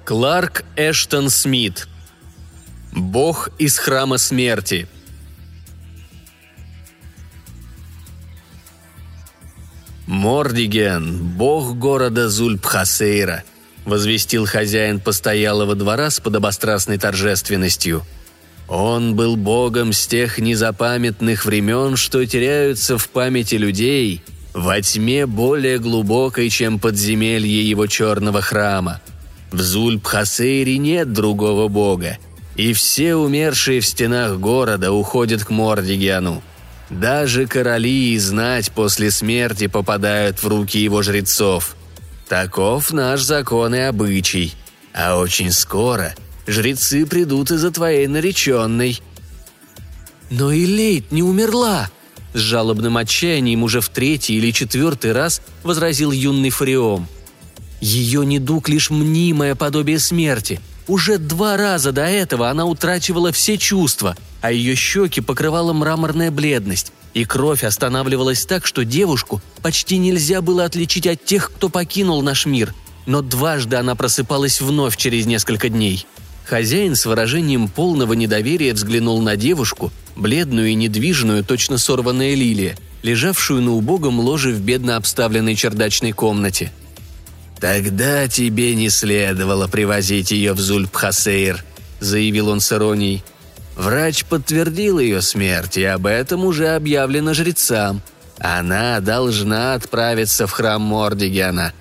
Кларк Эштон Смит. Бог из храма смерти. «Мордиген, бог города Зульбхасейра», — возвестил хозяин постоялого двора с подобострастной торжественностью. «Он был богом с тех незапамятных времен, что теряются в памяти людей во тьме более глубокой, чем подземелье его черного храма. В Зульбхасейре нет другого бога, и все умершие в стенах города уходят к Мордигену. Даже короли и знать после смерти попадают в руки его жрецов. Таков наш закон и обычай. А очень скоро жрецы придут и за твоей нареченной». «Но Элейд не умерла!» С жалобным отчаянием уже в 3-й или 4-й раз возразил юный Фариом. «Ее недуг лишь мнимое подобие смерти. Уже 2 раза до этого она утрачивала все чувства, а ее щеки покрывала мраморная бледность, и кровь останавливалась так, что девушку почти нельзя было отличить от тех, кто покинул наш мир, но 2 она просыпалась вновь через несколько дней». Хозяин с выражением полного недоверия взглянул на девушку, бледную и недвижную, точно сорванная лилия, лежавшую на убогом ложе в бедно обставленной чердачной комнате. «Тогда тебе не следовало привозить ее в Зульбхасейр», — заявил он с иронией. «Врач подтвердил ее смерть, и об этом уже объявлено жрецам. Она должна отправиться в храм Мордигена».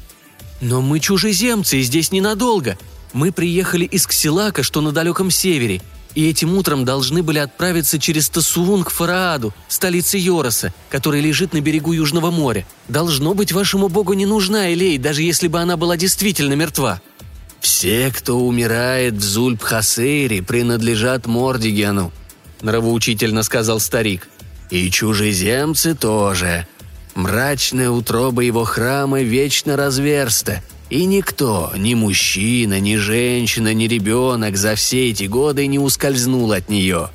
«Но мы чужеземцы и здесь ненадолго. Мы приехали из Ксилака, что на далеком севере, и этим утром должны были отправиться через Тасуун к Фарааду, столице Йороса, который лежит на берегу Южного моря. Должно быть, вашему богу не нужна Элей, даже если бы она была действительно мертва». «Все, кто умирает в Зульбхасейре, принадлежат Мордигену», — нравоучительно сказал старик. «И чужеземцы тоже. Мрачная утроба его храма вечно разверста, и никто, ни мужчина, ни женщина, ни ребенок за все эти годы не ускользнул от нее.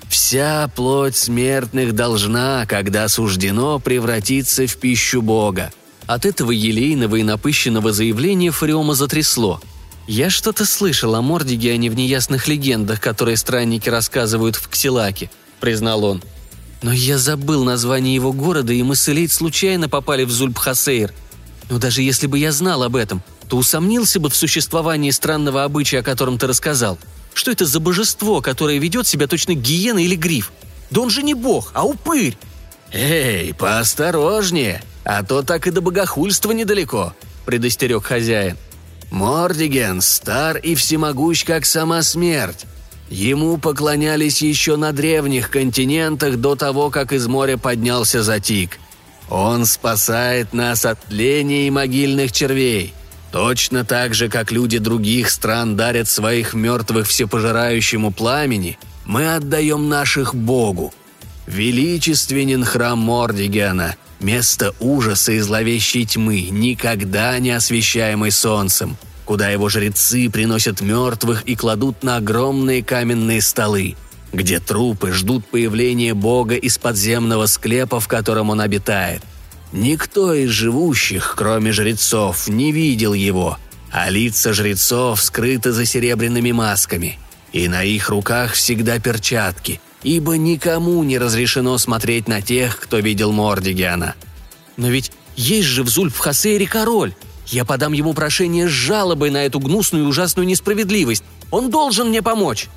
Вся плоть смертных должна, когда суждено, превратиться в пищу Бога». От этого елейного и напыщенного заявления Фариома затрясло. «Я что-то слышал о Мордигене в неясных легендах, которые странники рассказывают в Ксилаке», — признал он. «Но я забыл название его города, и мы с Элейд случайно попали в Зульбхасейр. Но даже если бы я знал об этом, то усомнился бы в существовании странного обычая, о котором ты рассказал. Что это за божество, которое ведет себя точно гиена или гриф? Да он же не бог, а упырь!» «Эй, поосторожнее, а то так и до богохульства недалеко», — предостерег хозяин. «Мордиген стар и всемогущ, как сама смерть. Ему поклонялись еще на древних континентах до того, как из моря поднялся Затик. Он спасает нас от тления и могильных червей. Точно так же, как люди других стран дарят своих мертвых всепожирающему пламени, мы отдаем наших Богу. Величественен храм Мордигена, место ужаса и зловещей тьмы, никогда не освещаемый солнцем, куда его жрецы приносят мертвых и кладут на огромные каменные столы, где трупы ждут появления Бога из подземного склепа, в котором он обитает. Никто из живущих, кроме жрецов, не видел его, а лица жрецов скрыты за серебряными масками, и на их руках всегда перчатки, ибо никому не разрешено смотреть на тех, кто видел Мордигена». «Но ведь есть же в Зульбхасейре король. Я подам ему прошение с жалобой на эту гнусную и ужасную несправедливость. Он должен мне помочь».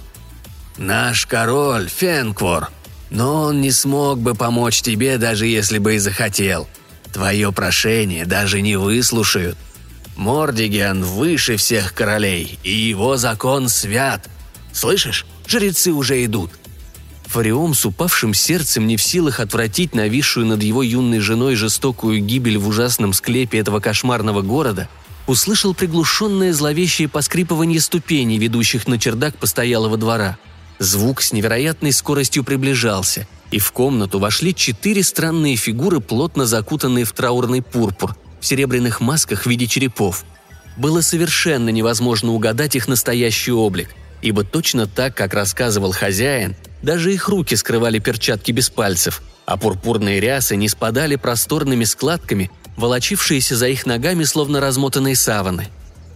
«Наш король Фенквор, но он не смог бы помочь тебе, даже если бы и захотел. Твое прошение даже не выслушают. Мордиген выше всех королей, и его закон свят. Слышишь, жрецы уже идут». Фариом с упавшим сердцем, не в силах отвратить нависшую над его юной женой жестокую гибель в ужасном склепе этого кошмарного города, услышал приглушенное зловещее поскрипывание ступеней, ведущих на чердак постоялого двора. Звук с невероятной скоростью приближался, и в комнату вошли 4 странные фигуры, плотно закутанные в траурный пурпур, в серебряных масках в виде черепов. Было совершенно невозможно угадать их настоящий облик, ибо точно так, как рассказывал хозяин, даже их руки скрывали перчатки без пальцев, а пурпурные рясы не спадали просторными складками, волочившиеся за их ногами, словно размотанные саваны.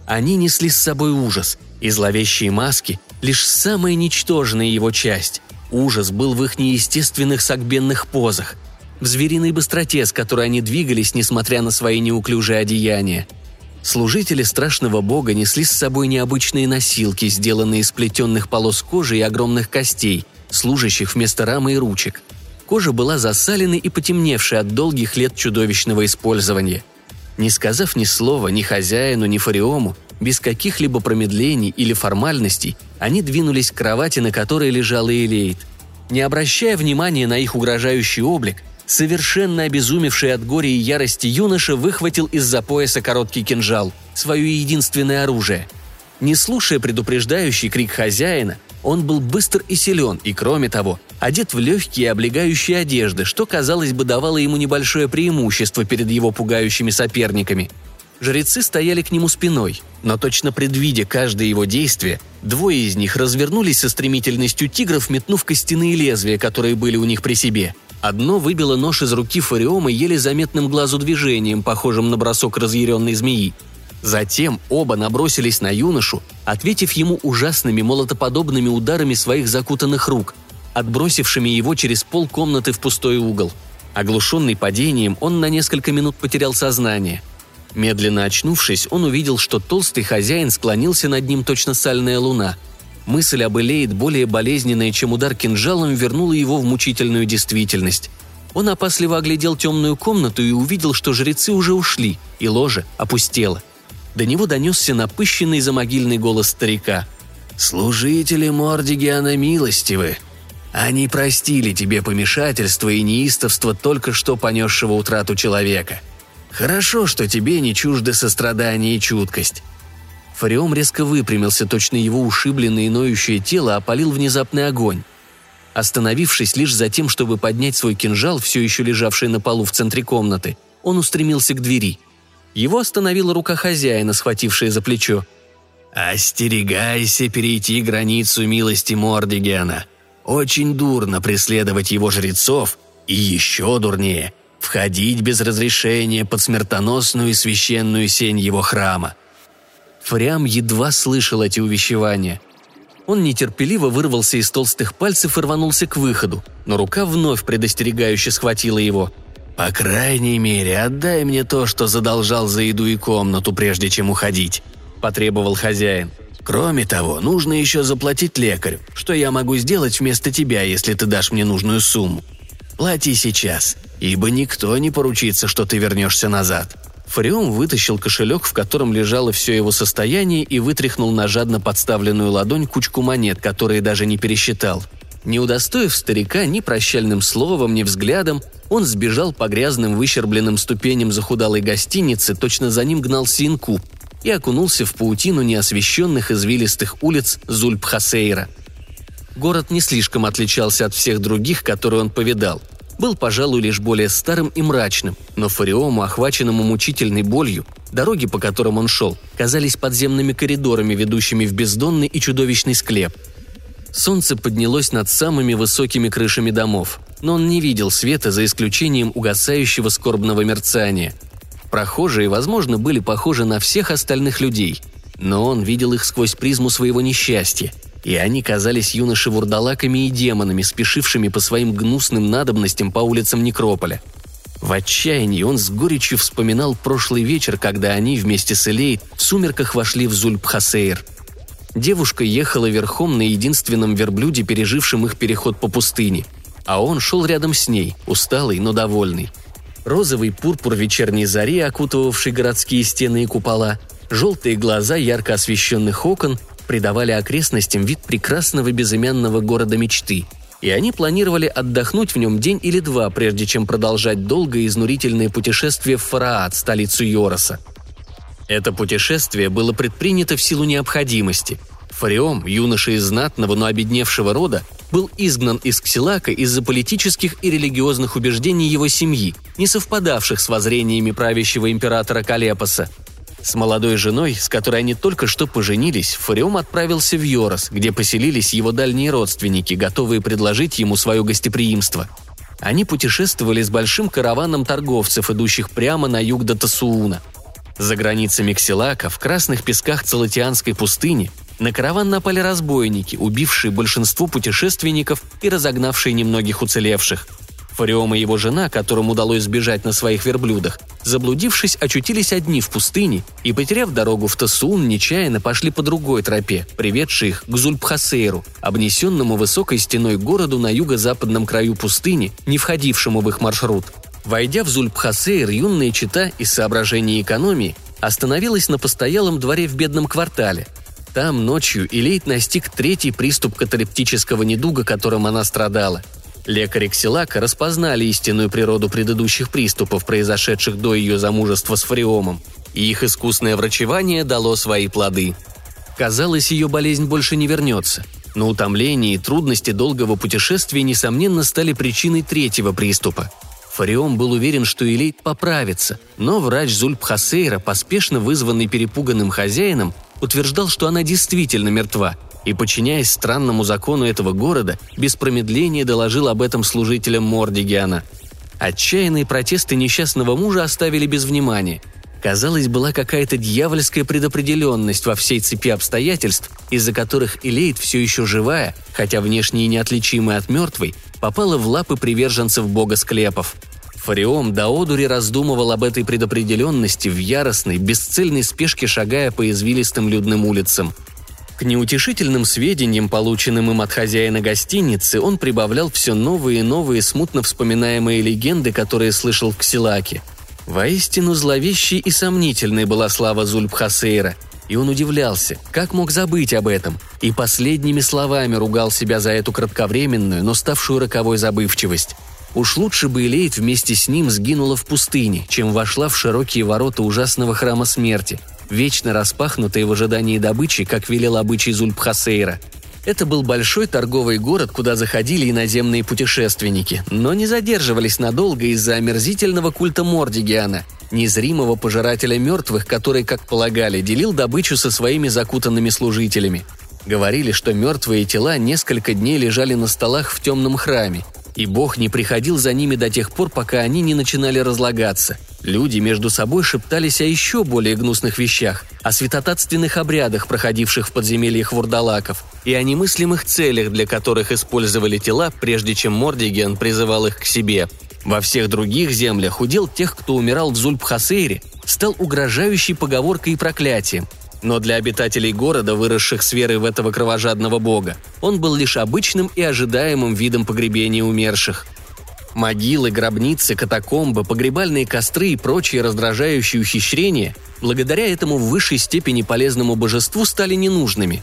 Они несли с собой ужас, и зловещие маски – лишь самая ничтожная его часть. Ужас был в их неестественных согбенных позах, в звериной быстроте, с которой они двигались, несмотря на свои неуклюжие одеяния. Служители страшного бога несли с собой необычные носилки, сделанные из сплетенных полос кожи и огромных костей, служащих вместо рамы и ручек. Кожа была засаленной и потемневшей от долгих лет чудовищного использования. Не сказав ни слова ни хозяину, ни Фариому, без каких-либо промедлений или формальностей, они двинулись к кровати, на которой лежала Элейд. Не обращая внимания на их угрожающий облик, совершенно обезумевший от горя и ярости юноша выхватил из-за пояса короткий кинжал, свое единственное оружие. Не слушая предупреждающий крик хозяина, он был быстр и силен, и, кроме того, одет в легкие облегающие одежды, что, казалось бы, давало ему небольшое преимущество перед его пугающими соперниками. Жрецы стояли к нему спиной, но точно предвидя каждое его действие, двое из них развернулись со стремительностью тигров, метнув костяные лезвия, которые были у них при себе. Одно выбило нож из руки Фариома еле заметным глазу движением, похожим на бросок разъяренной змеи. Затем оба набросились на юношу, ответив ему ужасными молотоподобными ударами своих закутанных рук, отбросившими его через полкомнаты в пустой угол. Оглушенный падением, он на несколько минут потерял сознание. Медленно очнувшись, он увидел, что толстый хозяин склонился над ним точно сальная луна. Мысль об Элейд, более болезненная, чем удар кинжалом, вернула его в мучительную действительность. Он опасливо оглядел темную комнату и увидел, что жрецы уже ушли, и ложе опустело. До него донесся напыщенный замогильный голос старика. «Служители Мордигиана милостивы. Они простили тебе помешательство и неистовство только что понесшего утрату человека. Хорошо, что тебе не чужды сострадание и чуткость». Фариом резко выпрямился, точно его ушибленное и ноющее тело опалил внезапный огонь. Остановившись лишь за тем, чтобы поднять свой кинжал, все еще лежавший на полу в центре комнаты, он устремился к двери. Его остановила рука хозяина, схватившая за плечо. «Остерегайся перейти границу милости Мордигиана. Очень дурно преследовать его жрецов, и еще дурнее – входить без разрешения под смертоносную и священную сень его храма». Фариам едва слышал эти увещевания. Он нетерпеливо вырвался из толстых пальцев и рванулся к выходу, но рука вновь предостерегающе схватила его. «По крайней мере, отдай мне то, что задолжал за еду и комнату, прежде чем уходить», – потребовал хозяин. «Кроме того, нужно еще заплатить лекарю, что я могу сделать вместо тебя, если ты дашь мне нужную сумму. Плати сейчас, ибо никто не поручится, что ты вернешься назад». Фариом вытащил кошелек, в котором лежало все его состояние, и вытряхнул на жадно подставленную ладонь кучку монет, которые даже не пересчитал. Не удостоив старика ни прощальным словом, ни взглядом, он сбежал по грязным выщербленным ступеням захудалой гостиницы, точно за ним гнался инкуб, и окунулся в паутину неосвещенных извилистых улиц Зульб-Хасейра. Город не слишком отличался от всех других, которые он повидал. Был, пожалуй, лишь более старым и мрачным, но Фариому, охваченному мучительной болью, дороги, по которым он шел, казались подземными коридорами, ведущими в бездонный и чудовищный склеп. Солнце поднялось над самыми высокими крышами домов, но он не видел света за исключением угасающего скорбного мерцания. Прохожие, возможно, были похожи на всех остальных людей, но он видел их сквозь призму своего несчастья, и они казались юноше вурдалаками и демонами, спешившими по своим гнусным надобностям по улицам Некрополя. В отчаянии он с горечью вспоминал прошлый вечер, когда они вместе с Элейд в сумерках вошли в Зульб-Хасейр. Девушка ехала верхом на единственном верблюде, пережившем их переход по пустыне, а он шел рядом с ней, усталый, но довольный. Розовый пурпур вечерней зари, окутывавший городские стены и купола, желтые глаза ярко освещенных окон придавали окрестностям вид прекрасного безымянного города мечты, и они планировали отдохнуть в нем день или два, прежде чем продолжать долгое и изнурительное путешествие в Фараат, столицу Йороса. Это путешествие было предпринято в силу необходимости. Фариом, юноша из знатного, но обедневшего рода, был изгнан из Ксилака из-за политических и религиозных убеждений его семьи, не совпадавших с воззрениями правящего императора Калепоса. С молодой женой, с которой они только что поженились, Фариом отправился в Йорос, где поселились его дальние родственники, готовые предложить ему свое гостеприимство. Они путешествовали с большим караваном торговцев, идущих прямо на юг до Тасууна. За границами Ксилака, в красных песках Целотианской пустыни, на караван напали разбойники, убившие большинство путешественников и разогнавшие немногих уцелевших. Фариом и его жена, которым удалось сбежать на своих верблюдах, заблудившись, очутились одни в пустыне и, потеряв дорогу в Тасуун, нечаянно пошли по другой тропе, приведшей их к Зульбхасейру, обнесенному высокой стеной городу на юго-западном краю пустыни, не входившему в их маршрут. Войдя в Зульбхасейр, юная чета из соображений экономии остановилась на постоялом дворе в бедном квартале. Там ночью Илейт настиг третий приступ каталептического недуга, которым она страдала. Лекари Ксилака распознали истинную природу предыдущих приступов, произошедших до ее замужества с Фариомом, и их искусное врачевание дало свои плоды. Казалось, ее болезнь больше не вернется, но утомление и трудности долгого путешествия, несомненно, стали причиной третьего приступа. Фариом был уверен, что Илейт поправится, но врач Зульбхасейра, поспешно вызванный перепуганным хозяином, утверждал, что она действительно мертва, и, подчиняясь странному закону этого города, без промедления доложил об этом служителям Мордигиана. Отчаянные протесты несчастного мужа оставили без внимания. Казалось, была какая-то дьявольская предопределенность во всей цепи обстоятельств, из-за которых Илейт, все еще живая, хотя внешне и неотличимая от мертвой, попала в лапы приверженцев бога склепов. Фариом до одури раздумывал об этой предопределенности в яростной, бесцельной спешке, шагая по извилистым людным улицам. К неутешительным сведениям, полученным им от хозяина гостиницы, он прибавлял все новые и новые смутно вспоминаемые легенды, которые слышал в Ксилаке. Воистину зловещей и сомнительной была слава Зульбхасейра, и он удивлялся, как мог забыть об этом, и последними словами ругал себя за эту кратковременную, но ставшую роковой забывчивость. Уж лучше бы Илейт вместе с ним сгинула в пустыне, чем вошла в широкие ворота ужасного храма смерти, вечно распахнутые в ожидании добычи, как велел обычай Зульбхасейра. Это был большой торговый город, куда заходили иноземные путешественники, но не задерживались надолго из-за омерзительного культа Мордигиана, незримого пожирателя мертвых, который, как полагали, делил добычу со своими закутанными служителями. Говорили, что мертвые тела несколько дней лежали на столах в темном храме, и Бог не приходил за ними до тех пор, пока они не начинали разлагаться. Люди между собой шептались о еще более гнусных вещах, о святотатственных обрядах, проходивших в подземельях вурдалаков, и о немыслимых целях, для которых использовали тела, прежде чем Мордигиан призывал их к себе. Во всех других землях удел тех, кто умирал в Зульбхасейре, стал угрожающей поговоркой и проклятием. Но для обитателей города, выросших с верой в этого кровожадного бога, он был лишь обычным и ожидаемым видом погребения умерших. Могилы, гробницы, катакомбы, погребальные костры и прочие раздражающие ухищрения, благодаря этому в высшей степени полезному божеству, стали ненужными.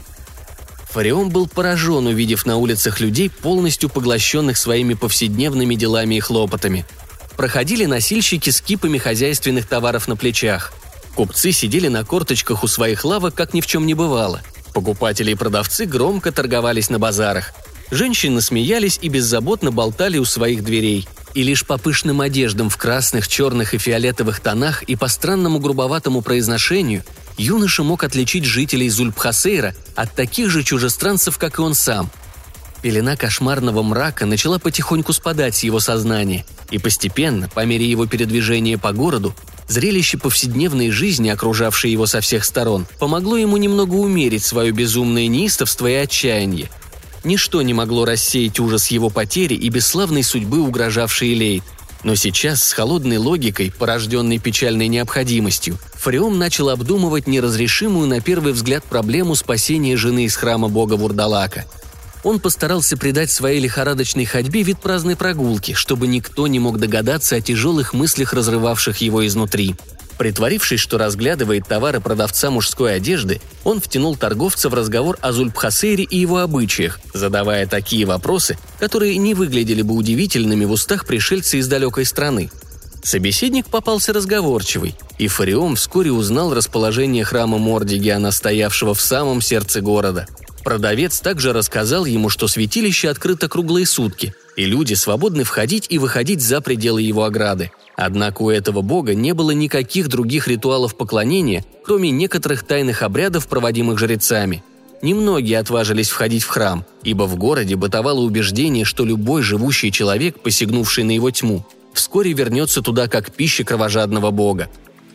Фариом был поражен, увидев на улицах людей, полностью поглощенных своими повседневными делами и хлопотами. Проходили носильщики с кипами хозяйственных товаров на плечах. Купцы сидели на корточках у своих лавок, как ни в чем не бывало. Покупатели и продавцы громко торговались на базарах. Женщины смеялись и беззаботно болтали у своих дверей. И лишь по пышным одеждам в красных, черных и фиолетовых тонах и по странному грубоватому произношению юноша мог отличить жителей Зульбхасейра от таких же чужестранцев, как и он сам. Пелена кошмарного мрака начала потихоньку спадать с его сознания, и постепенно, по мере его передвижения по городу, зрелище повседневной жизни, окружавшее его со всех сторон, помогло ему немного умерить свое безумное неистовство и отчаяние. Ничто не могло рассеять ужас его потери и бесславной судьбы, угрожавшей Илейт. Но сейчас, с холодной логикой, порожденной печальной необходимостью, Фариом начал обдумывать неразрешимую на первый взгляд проблему спасения жены из храма бога Вурдалака. Он постарался придать своей лихорадочной ходьбе вид праздной прогулки, чтобы никто не мог догадаться о тяжелых мыслях, разрывавших его изнутри. Притворившись, что разглядывает товары продавца мужской одежды, он втянул торговца в разговор о Зульбхасейре и его обычаях, задавая такие вопросы, которые не выглядели бы удивительными в устах пришельца из далекой страны. Собеседник попался разговорчивый, и Фариом вскоре узнал расположение храма Мордигиана, стоявшего в самом сердце города. Продавец также рассказал ему, что святилище открыто круглые сутки, и люди свободны входить и выходить за пределы его ограды. Однако у этого бога не было никаких других ритуалов поклонения, кроме некоторых тайных обрядов, проводимых жрецами. Немногие отважились входить в храм, ибо в городе бытовало убеждение, что любой живущий человек, посягнувший на его тьму, вскоре вернется туда как пища кровожадного бога.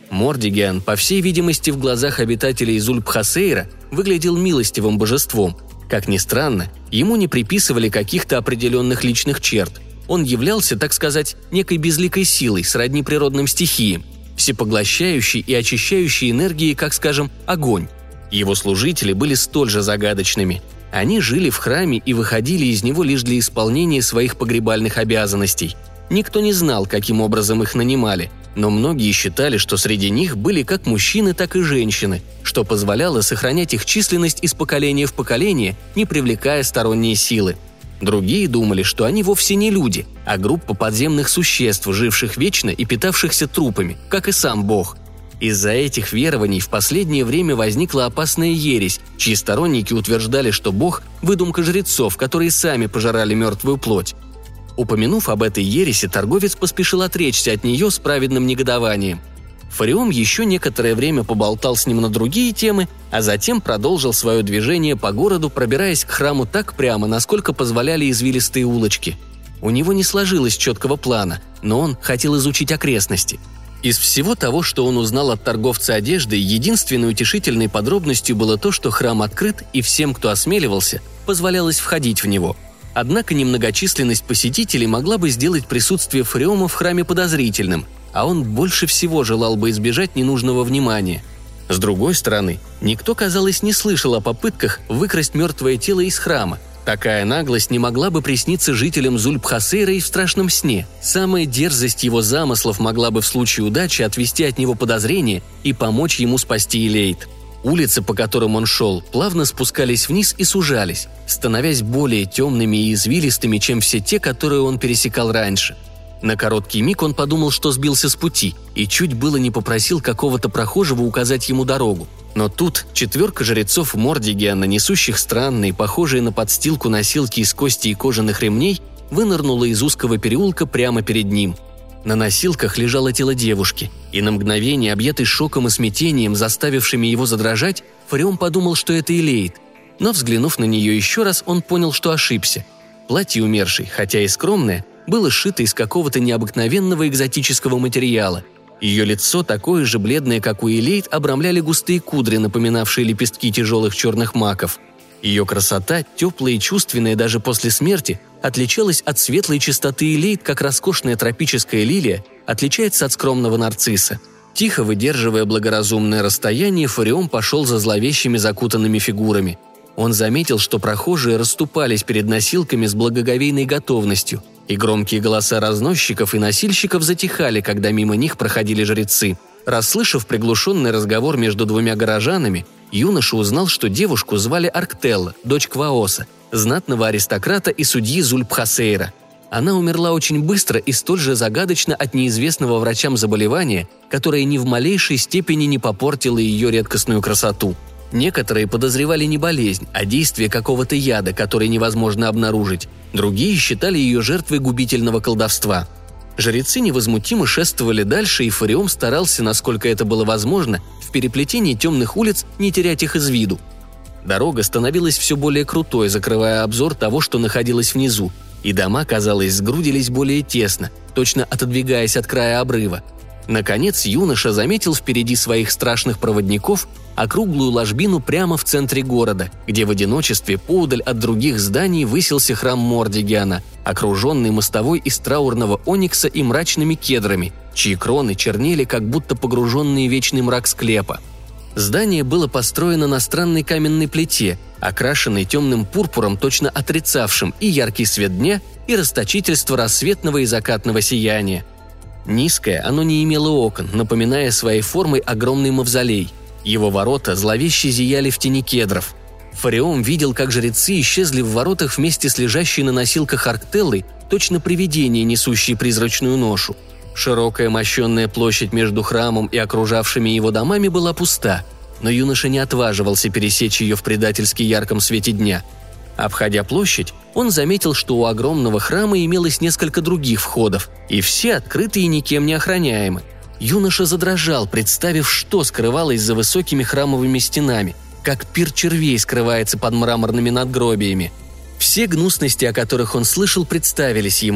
Мордигиан, по всей видимости, в глазах обитателей Зульбхасейра выглядел милостивым божеством. Как ни странно, ему не приписывали каких-то определенных личных черт. Он являлся, так сказать, некой безликой силой, сродни природным стихиям, всепоглощающей и очищающей энергией, как, скажем, огонь. Его служители были столь же загадочными. Они жили в храме и выходили из него лишь для исполнения своих погребальных обязанностей. Никто не знал, каким образом их нанимали, но многие считали, что среди них были как мужчины, так и женщины, что позволяло сохранять их численность из поколения в поколение, не привлекая сторонние силы. Другие думали, что они вовсе не люди, а группа подземных существ, живших вечно и питавшихся трупами, как и сам Бог. Из-за этих верований в последнее время возникла опасная ересь, чьи сторонники утверждали, что Бог – выдумка жрецов, которые сами пожирали мертвую плоть. Упомянув об этой ереси, торговец поспешил отречься от нее с праведным негодованием. Фариом еще некоторое время поболтал с ним на другие темы, а затем продолжил свое движение по городу, пробираясь к храму так прямо, насколько позволяли извилистые улочки. У него не сложилось четкого плана, но он хотел изучить окрестности. Из всего того, что он узнал от торговца одеждой, единственной утешительной подробностью было то, что храм открыт, и всем, кто осмеливался, позволялось входить в него. Однако немногочисленность посетителей могла бы сделать присутствие Фариома в храме подозрительным, а он больше всего желал бы избежать ненужного внимания. С другой стороны, никто, казалось, не слышал о попытках выкрасть мертвое тело из храма. Такая наглость не могла бы присниться жителям Зульбхасейра и в страшном сне. Самая дерзость его замыслов могла бы в случае удачи отвести от него подозрения и помочь ему спасти Илейт. Улицы, по которым он шел, плавно спускались вниз и сужались, становясь более темными и извилистыми, чем все те, которые он пересекал раньше. На короткий миг он подумал, что сбился с пути, и чуть было не попросил какого-то прохожего указать ему дорогу. Но тут четверка жрецов Мордигиана, несущих странные, похожие на подстилку носилки из кости и кожаных ремней, вынырнула из узкого переулка прямо перед ним. На носилках лежало тело девушки, и на мгновение, объятый шоком и смятением, заставившими его задрожать, Фариом подумал, что это Илейт. Но, взглянув на нее еще раз, он понял, что ошибся. Платье умершей, хотя и скромное, было сшито из какого-то необыкновенного экзотического материала. Ее лицо, такое же бледное, как у Илейт, обрамляли густые кудри, напоминавшие лепестки тяжелых черных маков. Ее красота, теплая и чувственная даже после смерти, отличалась от светлой чистоты Илейт, как роскошная тропическая лилия отличается от скромного нарцисса. Тихо выдерживая благоразумное расстояние, Фариом пошел за зловещими закутанными фигурами. Он заметил, что прохожие расступались перед носилками с благоговейной готовностью, и громкие голоса разносчиков и носильщиков затихали, когда мимо них проходили жрецы. Расслышав приглушенный разговор между двумя горожанами, юноша узнал, что девушку звали Арктелла, дочь Кваоса, знатного аристократа и судьи Зульбхасейра. Она умерла очень быстро и столь же загадочно от неизвестного врачам заболевания, которое ни в малейшей степени не попортило ее редкостную красоту. Некоторые подозревали не болезнь, а действие какого-то яда, который невозможно обнаружить. Другие считали ее жертвой губительного колдовства. Жрецы невозмутимо шествовали дальше, и Фариом старался, насколько это было возможно, в переплетении темных улиц не терять их из виду. Дорога становилась все более крутой, закрывая обзор того, что находилось внизу, и дома, казалось, сгрудились более тесно, точно отодвигаясь от края обрыва. Наконец юноша заметил впереди своих страшных проводников округлую ложбину прямо в центре города, где в одиночестве поудаль от других зданий высился храм Мордигиана, окруженный мостовой из траурного оникса и мрачными кедрами, чьи кроны чернели, как будто погруженные в вечный мрак склепа. Здание было построено на странной каменной плите, окрашенной темным пурпуром, точно отрицавшим и яркий свет дня, и расточительство рассветного и закатного сияния. Низкое, оно не имело окон, напоминая своей формой огромный мавзолей. Его ворота зловеще зияли в тени кедров. Фариом видел, как жрецы исчезли в воротах вместе с лежащей на носилках Арктеллой, точно привидение, несущее призрачную ношу. Широкая мощенная площадь между храмом и окружавшими его домами была пуста, но юноша не отваживался пересечь ее в предательски ярком свете дня. Обходя площадь, он заметил, что у огромного храма имелось несколько других входов, и все открыты и никем не охраняемы. Юноша задрожал, представив, что скрывалось за высокими храмовыми стенами, как пир червей скрывается под мраморными надгробиями. Все гнусности, о которых он слышал, представились ему.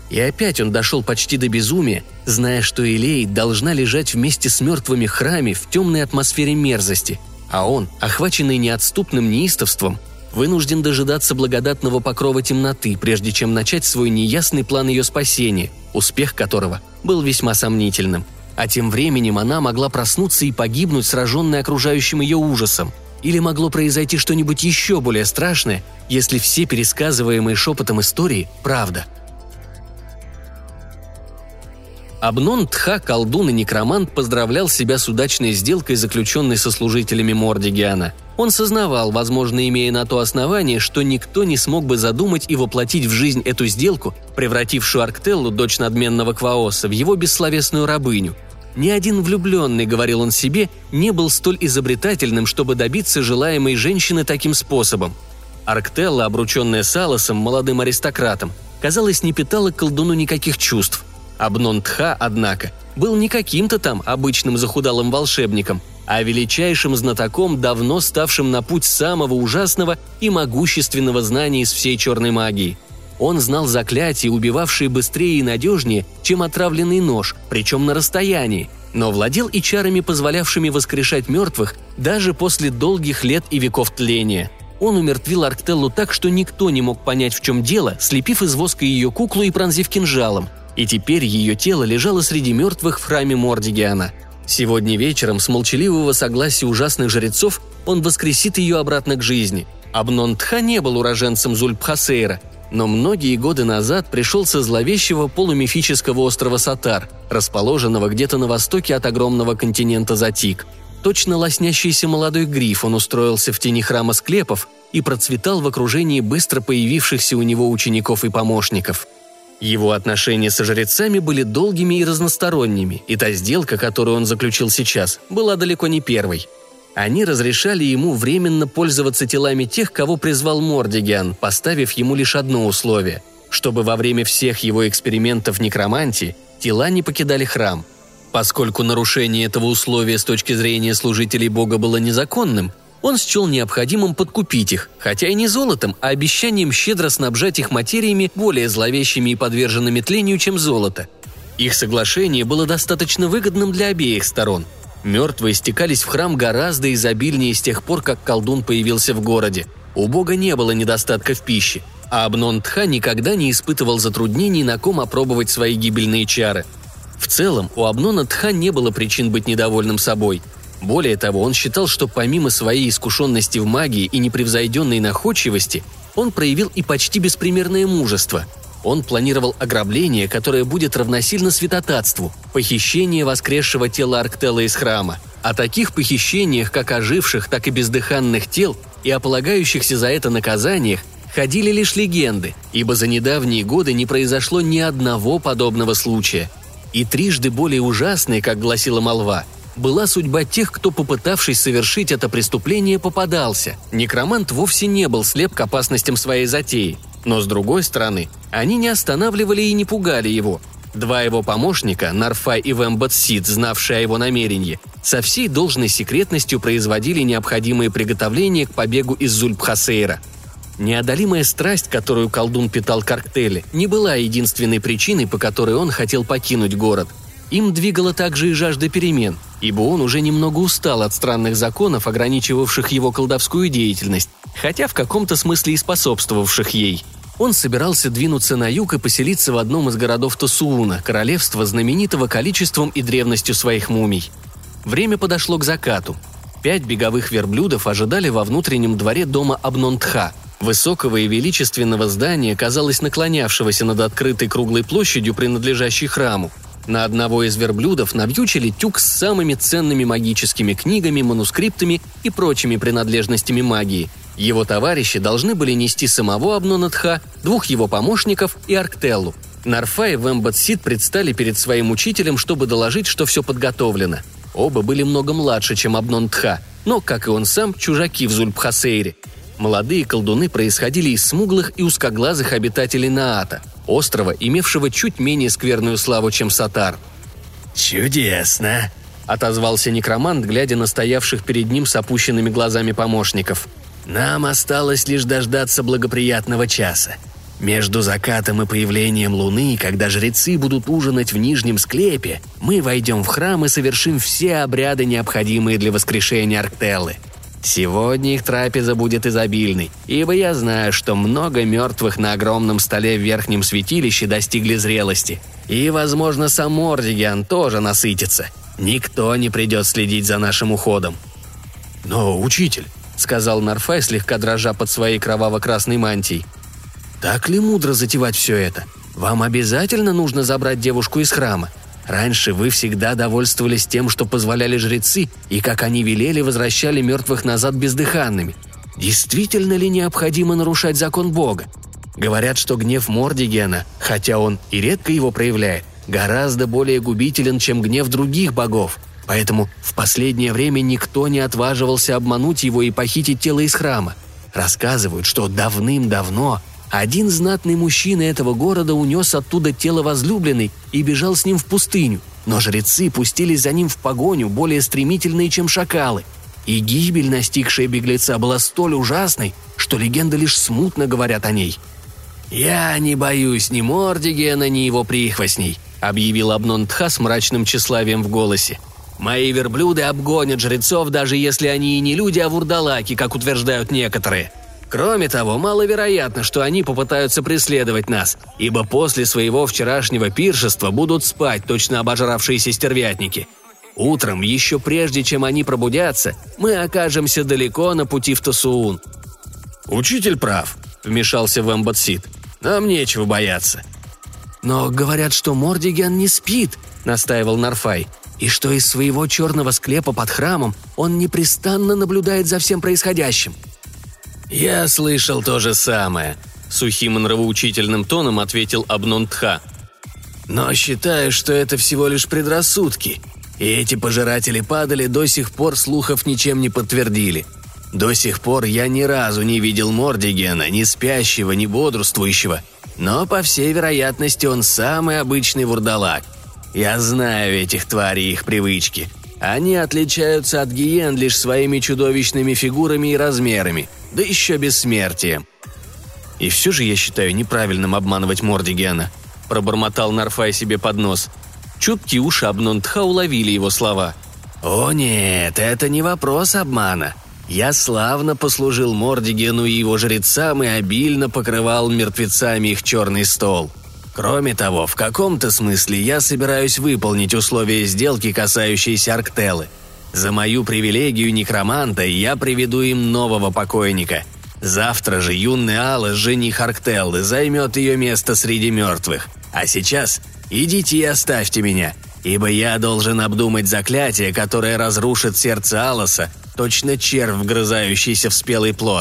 И опять он дошел почти до безумия, зная, что Элейд должна лежать вместе с мертвыми в храме в темной атмосфере мерзости, а он, охваченный неотступным неистовством, вынужден дожидаться благодатного покрова темноты, прежде чем начать свой неясный план ее спасения, успех которого был весьма сомнительным. А тем временем она могла проснуться и погибнуть, сраженной окружающим ее ужасом. Или могло произойти что-нибудь еще более страшное, если все пересказываемые шепотом истории – правда. Абнон-Тха, колдун и некромант, поздравлял себя с удачной сделкой, заключенной со служителями Мордигиана. Он сознавал, возможно, имея на то основание, что никто не смог бы задумать и воплотить в жизнь эту сделку, превратившую Арктеллу, дочь надменного Кваоса, в его бессловесную рабыню. Ни один влюбленный, говорил он себе, не был столь изобретательным, чтобы добиться желаемой женщины таким способом. Арктелла, обрученная с Алосом, молодым аристократом, казалось, не питала к колдуну никаких чувств. Абнон-Тха, однако, был не каким-то там обычным захудалым волшебником, а величайшим знатоком, давно ставшим на путь самого ужасного и могущественного знания из всей черной магии. Он знал заклятия, убивавшие быстрее и надежнее, чем отравленный нож, причем на расстоянии, но владел и чарами, позволявшими воскрешать мертвых даже после долгих лет и веков тления. Он умертвил Арктеллу так, что никто не мог понять, в чем дело, слепив из воска ее куклу и пронзив кинжалом. И теперь ее тело лежало среди мертвых в храме Мордигиана. Сегодня вечером, с молчаливого согласия ужасных жрецов, он воскресит ее обратно к жизни. Абнон-Тха не был уроженцем Зульбхасейра, но многие годы назад пришел со зловещего полумифического острова Сатар, расположенного где-то на востоке от огромного континента Затик. Точно лоснящийся молодой гриф, он устроился в тени храма склепов и процветал в окружении быстро появившихся у него учеников и помощников. Его отношения со жрецами были долгими и разносторонними, и та сделка, которую он заключил сейчас, была далеко не первой. Они разрешали ему временно пользоваться телами тех, кого призвал Мордигиан, поставив ему лишь одно условие – чтобы во время всех его экспериментов некромантии тела не покидали храм. Поскольку нарушение этого условия с точки зрения служителей бога было незаконным, он счел необходимым подкупить их, хотя и не золотом, а обещанием щедро снабжать их материями более зловещими и подверженными тлению, чем золото. Их соглашение было достаточно выгодным для обеих сторон. Мертвые стекались в храм гораздо изобильнее с тех пор, как колдун появился в городе. У бога не было недостатка в пище, а Абнон-Тха никогда не испытывал затруднений, на ком опробовать свои гибельные чары. В целом, у Абнона-Тха не было причин быть недовольным собой. Более того, он считал, что помимо своей искушенности в магии и непревзойденной находчивости, он проявил и почти беспримерное мужество. Он планировал ограбление, которое будет равносильно святотатству, похищение воскресшего тела Арктеллы из храма. О таких похищениях, как оживших, так и бездыханных тел, и о полагающихся за это наказаниях, ходили лишь легенды, ибо за недавние годы не произошло ни одного подобного случая. И трижды более ужасной, как гласила молва, была судьба тех, кто, попытавшись совершить это преступление, попадался. Некромант вовсе не был слеп к опасностям своей затеи. Но, с другой стороны, они не останавливали и не пугали его. Два его помощника, Нарфай и Вэмбат-Сид, знавшие о его намерении, со всей должной секретностью производили необходимые приготовления к побегу из Зульбхасейра. Неодолимая страсть, которую колдун питал к Арктелле, не была единственной причиной, по которой он хотел покинуть город. Им двигала также и жажда перемен, ибо он уже немного устал от странных законов, ограничивавших его колдовскую деятельность, хотя в каком-то смысле и способствовавших ей. Он собирался двинуться на юг и поселиться в одном из городов Тосууна, королевства, знаменитого количеством и древностью своих мумий. Время подошло к закату. 5 беговых верблюдов ожидали во внутреннем дворе дома Абнон-Тха, высокого и величественного здания, казалось, наклонявшегося над открытой круглой площадью, принадлежащей храму. На одного из верблюдов навьючили тюк с самыми ценными магическими книгами, манускриптами и прочими принадлежностями магии. Его товарищи должны были нести самого Абнона-Тха, 2 его помощников и Арктеллу. Нарфай и Вэмбат-Сид предстали перед своим учителем, чтобы доложить, что все подготовлено. Оба были много младше, чем Абнон-Тха, но, как и он сам, чужаки в Зульбхасейре. Молодые колдуны происходили из смуглых и узкоглазых обитателей Наата, острова, имевшего чуть менее скверную славу, чем Сатар. «Чудесно!» – отозвался некромант, глядя на стоявших перед ним с опущенными глазами помощников. «Нам осталось лишь дождаться благоприятного часа. Между закатом и появлением луны, когда жрецы будут ужинать в нижнем склепе, мы войдем в храм и совершим все обряды, необходимые для воскрешения Арктеллы. Сегодня их трапеза будет изобильной, ибо я знаю, что много мертвых на огромном столе в верхнем святилище достигли зрелости. И, возможно, сам Мордигиан тоже насытится. Никто не придет следить за нашим уходом». «Но, учитель», — сказал Нарфай, слегка дрожа под своей кроваво-красной мантией, «так ли мудро затевать все это? Вам обязательно нужно забрать девушку из храма? Раньше вы всегда довольствовались тем, что позволяли жрецы, и, как они велели, возвращали мертвых назад бездыханными. Действительно ли необходимо нарушать закон Бога? Говорят, что гнев Мордигиана, хотя он и редко его проявляет, гораздо более губителен, чем гнев других богов. Поэтому в последнее время никто не отваживался обмануть его и похитить тело из храма. Рассказывают, что давным-давно один знатный мужчина этого города унес оттуда тело возлюбленной и бежал с ним в пустыню, но жрецы пустились за ним в погоню, более стремительные, чем шакалы. И гибель, настигшая беглеца, была столь ужасной, что легенды лишь смутно говорят о ней. «Я не боюсь ни Мордигиана, ни его прихвостней», — объявил Абнон-Тха с мрачным тщеславием в голосе. «Мои верблюды обгонят жрецов, даже если они и не люди, а вурдалаки, как утверждают некоторые. Кроме того, маловероятно, что они попытаются преследовать нас, ибо после своего вчерашнего пиршества будут спать точно обожравшиеся стервятники. Утром, еще прежде, чем они пробудятся, мы окажемся далеко на пути в Тосуун». «Учитель прав», — вмешался Вэмбот-Сид. «Нам нечего бояться». «Но говорят, что Мордигиан не спит», — настаивал Нарфай, «и что из своего черного склепа под храмом он непрестанно наблюдает за всем происходящим». «Я слышал то же самое», — сухим и нравоучительным тоном ответил Абнон-Тха. «Но считаю, что это всего лишь предрассудки, и эти пожиратели падали до сих пор слухов ничем не подтвердили. До сих пор я ни разу не видел Мордигиана, ни спящего, ни бодрствующего, но, по всей вероятности, он самый обычный вурдалак. Я знаю этих тварей и их привычки. Они отличаются от гиен лишь своими чудовищными фигурами и размерами, да еще бессмертием». «И все же я считаю неправильным обманывать Мордигиана», – пробормотал Нарфай себе под нос. Чуткие уши Абнон-Тха уловили его слова. «О нет, это не вопрос обмана. Я славно послужил Мордигиану и его жрецам и обильно покрывал мертвецами их черный стол. Кроме того, в каком-то смысле я собираюсь выполнить условия сделки, касающиеся Арктеллы. За мою привилегию некроманта я приведу им нового покойника. Завтра же юный Алос, жених Арктеллы, займет ее место среди мертвых. А сейчас идите и оставьте меня, ибо я должен обдумать заклятие, которое разрушит сердце Алоса, точно червь, вгрызающийся в спелый плод».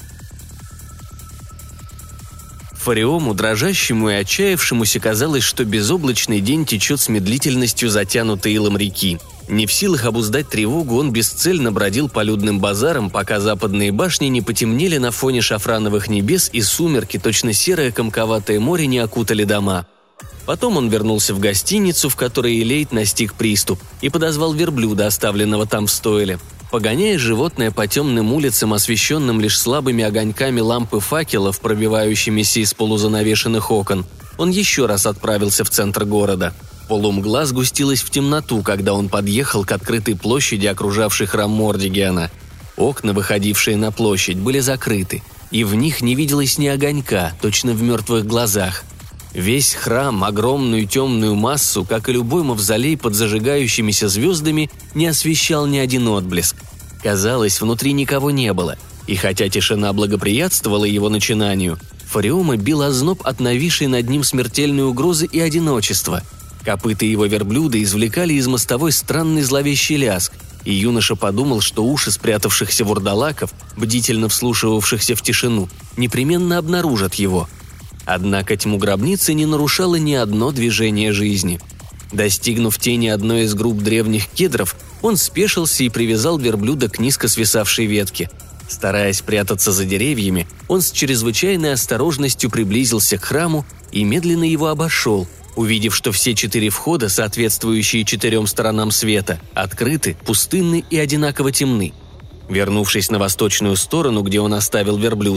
Фариому, дрожащему и отчаявшемуся, казалось, что безоблачный день течет с медлительностью затянутой илом реки. Не в силах обуздать тревогу, он бесцельно бродил по людным базарам, пока западные башни не потемнели на фоне шафрановых небес и сумерки, точно серое комковатое море, не окутали дома. Потом он вернулся в гостиницу, в которой Элейт настиг приступ, и подозвал верблюда, оставленного там в стойле. Погоняя животное по темным улицам, освещенным лишь слабыми огоньками лампы факелов, пробивающимися из полузанавешенных окон, он еще раз отправился в центр города. Полумгла сгустилась в темноту, когда он подъехал к открытой площади, окружавшей храм Мордигиана. Окна, выходившие на площадь, были закрыты, и в них не виделось ни огонька, точно в мертвых глазах. Весь храм, огромную темную массу, как и любой мавзолей под зажигающимися звездами, не освещал ни один отблеск. Казалось, внутри никого не было, и хотя тишина благоприятствовала его начинанию, Фариома бил озноб от нависшей над ним смертельной угрозы и одиночества. Копыта его верблюда извлекали из мостовой странный зловещий лязг, и юноша подумал, что уши спрятавшихся вурдалаков, бдительно вслушивавшихся в тишину, непременно обнаружат его. Однако тьму гробницы не нарушало ни одно движение жизни. Достигнув тени одной из групп древних кедров, он спешился и привязал верблюда к низко свисавшей ветке. Стараясь прятаться за деревьями, он с чрезвычайной осторожностью приблизился к храму и медленно его обошел, увидев, что все 4 входа, соответствующие 4 сторонам света, открыты, пустынны и одинаково темны. Вернувшись на восточную сторону, где он оставил верблюда,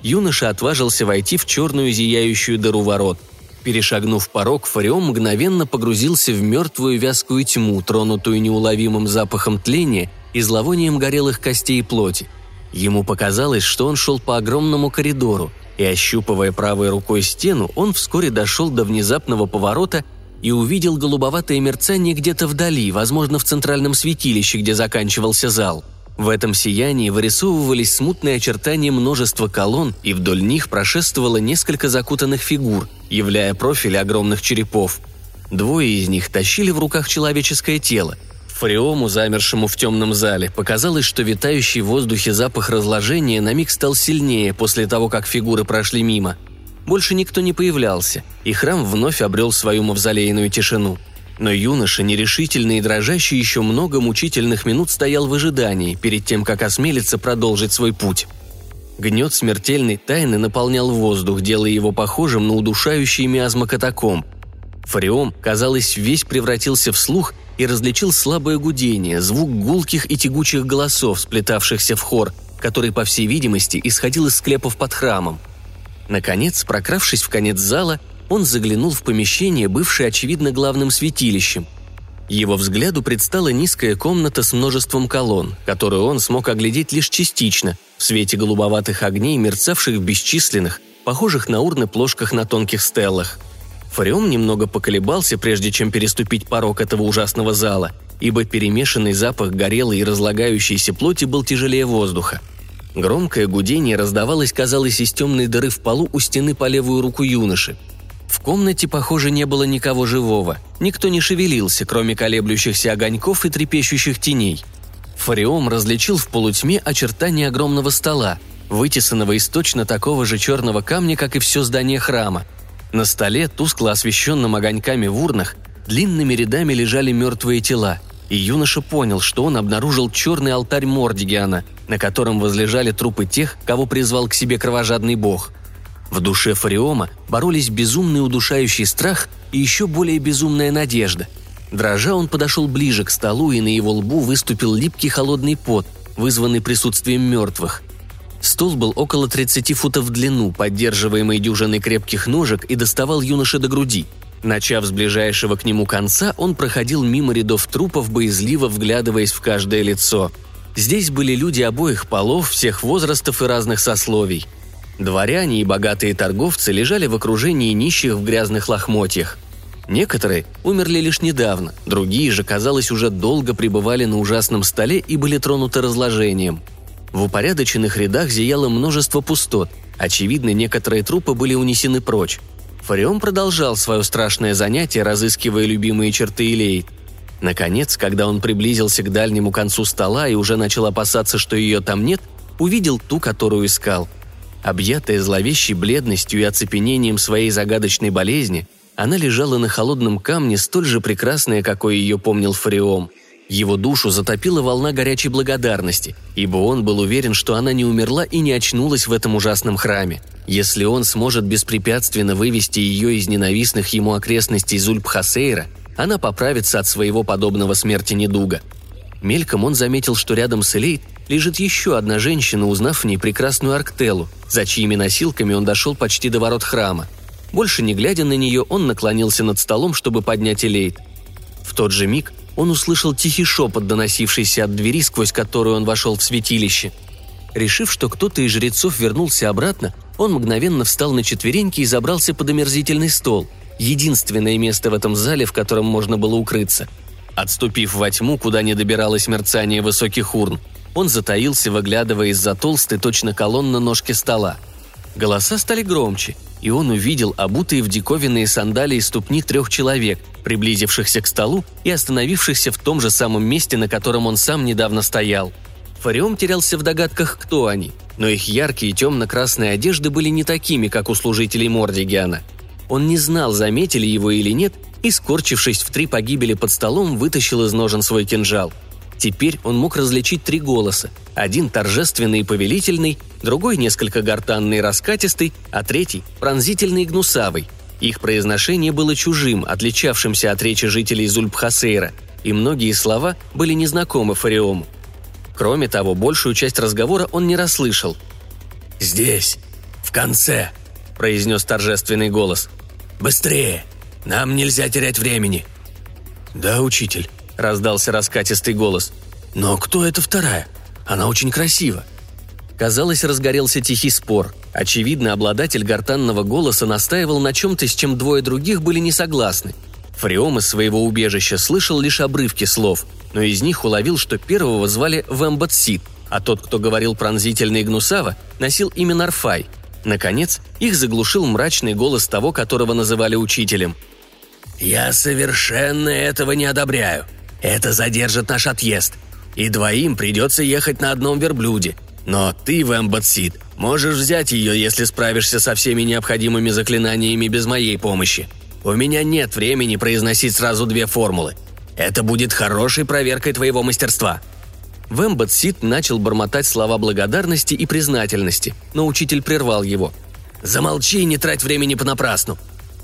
юноша отважился войти в черную зияющую дыру ворот. Перешагнув порог, Фариом мгновенно погрузился в мертвую вязкую тьму, тронутую неуловимым запахом тления и зловонием горелых костей и плоти. Ему показалось, что он шел по огромному коридору, и, ощупывая правой рукой стену, он вскоре дошел до внезапного поворота и увидел голубоватое мерцание где-то вдали, возможно, в центральном святилище, где заканчивался зал. В этом сиянии вырисовывались смутные очертания множества колонн, и вдоль них прошествовало несколько закутанных фигур, являя профили огромных черепов. Двое из них тащили в руках человеческое тело. Фариому, замершему в темном зале, показалось, что витающий в воздухе запах разложения на миг стал сильнее после того, как фигуры прошли мимо. Больше никто не появлялся, и храм вновь обрел свою мавзолейную тишину. Но юноша, нерешительный и дрожащий, еще много мучительных минут стоял в ожидании, перед тем, как осмелиться продолжить свой путь. Гнет смертельной тайны наполнял воздух, делая его похожим на удушающие миазмы катакомб. Фариом, казалось, весь превратился в слух и различил слабое гудение, звук гулких и тягучих голосов, сплетавшихся в хор, который, по всей видимости, исходил из склепов под храмом. Наконец, прокравшись в конец зала, он заглянул в помещение, бывшее, очевидно, главным святилищем. Его взгляду предстала низкая комната с множеством колонн, которую он смог оглядеть лишь частично, в свете голубоватых огней, мерцавших в бесчисленных, похожих на урны плошках на тонких стеллах. Фариом немного поколебался, прежде чем переступить порог этого ужасного зала, ибо перемешанный запах горелой и разлагающейся плоти был тяжелее воздуха. Громкое гудение раздавалось, казалось, из темной дыры в полу у стены по левую руку юноши. В комнате, похоже, не было никого живого. Никто не шевелился, кроме колеблющихся огоньков и трепещущих теней. Фариом различил в полутьме очертания огромного стола, вытесанного из точно такого же черного камня, как и все здание храма. На столе, тускло освещенном огоньками в урнах, длинными рядами лежали мертвые тела, и юноша понял, что он обнаружил черный алтарь Мордигиана, на котором возлежали трупы тех, кого призвал к себе кровожадный бог. В душе Фариома боролись безумный удушающий страх и еще более безумная надежда. Дрожа, он подошел ближе к столу, и на его лбу выступил липкий холодный пот, вызванный присутствием мертвых. Стол был около 30 футов в длину, поддерживаемый дюжиной крепких ножек, и доставал юноше до груди. Начав с ближайшего к нему конца, он проходил мимо рядов трупов, боязливо вглядываясь в каждое лицо. Здесь были люди обоих полов, всех возрастов и разных сословий. Дворяне и богатые торговцы лежали в окружении нищих в грязных лохмотьях. Некоторые умерли лишь недавно, другие же, казалось, уже долго пребывали на ужасном столе и были тронуты разложением. В упорядоченных рядах зияло множество пустот, очевидно, некоторые трупы были унесены прочь. Фариом продолжал свое страшное занятие, разыскивая любимые черты Элейд. Наконец, когда он приблизился к дальнему концу стола и уже начал опасаться, что ее там нет, увидел ту, которую искал. Объятая зловещей бледностью и оцепенением своей загадочной болезни, она лежала на холодном камне, столь же прекрасная, какой ее помнил Фариом. Его душу затопила волна горячей благодарности, ибо он был уверен, что она не умерла и не очнулась в этом ужасном храме. Если он сможет беспрепятственно вывести ее из ненавистных ему окрестностей Зульб-Хасейра, она поправится от своего подобного смерти недуга. Мельком он заметил, что рядом с Элейд лежит еще одна женщина, узнав в ней прекрасную Арктелу, за чьими носилками он дошел почти до ворот храма. Больше не глядя на нее, он наклонился над столом, чтобы поднять Элейд. В тот же миг он услышал тихий шепот, доносившийся от двери, сквозь которую он вошел в святилище. Решив, что кто-то из жрецов вернулся обратно, он мгновенно встал на четвереньки и забрался под омерзительный стол, единственное место в этом зале, в котором можно было укрыться. Отступив во тьму, куда не добиралось мерцание высоких урн, он затаился, выглядывая из-за толстой, точно колонны ножки стола. Голоса стали громче, и он увидел обутые в диковинные сандалии ступни 3 человек, приблизившихся к столу и остановившихся в том же самом месте, на котором он сам недавно стоял. Фариом терялся в догадках, кто они, но их яркие темно-красные одежды были не такими, как у служителей Мордигиана. Он не знал, заметили его или нет, и, скорчившись в 3 погибели под столом, вытащил из ножен свой кинжал. Теперь он мог различить 3 голоса. Один торжественный и повелительный, другой несколько гортанный и раскатистый, а третий – пронзительный и гнусавый. Их произношение было чужим, отличавшимся от речи жителей Зульб-Хасейра, и многие слова были незнакомы Фариому. Кроме того, большую часть разговора он не расслышал. «Здесь «В конце», – произнес торжественный голос. «Быстрее! Нам нельзя терять времени!» «Да, учитель», – раздался раскатистый голос. «Но кто эта вторая? Она очень красива». Казалось, разгорелся тихий спор. Очевидно, обладатель гортанного голоса настаивал на чем-то, с чем двое других были не согласны. Фреом из своего убежища слышал лишь обрывки слов, но из них уловил, что первого звали Вэмбот Сид, а тот, кто говорил пронзительно и гнусаво, носил имя Нарфай. Наконец, их заглушил мрачный голос того, которого называли учителем. «Я совершенно этого не одобряю. Это задержит наш отъезд. И двоим придется ехать на одном верблюде. Но ты, Вэмбот Сид, можешь взять ее, если справишься со всеми необходимыми заклинаниями без моей помощи. У меня нет времени произносить сразу две формулы. Это будет хорошей проверкой твоего мастерства». Вэмбот Сид начал бормотать слова благодарности и признательности, но учитель прервал его. «Замолчи и не трать времени понапрасну».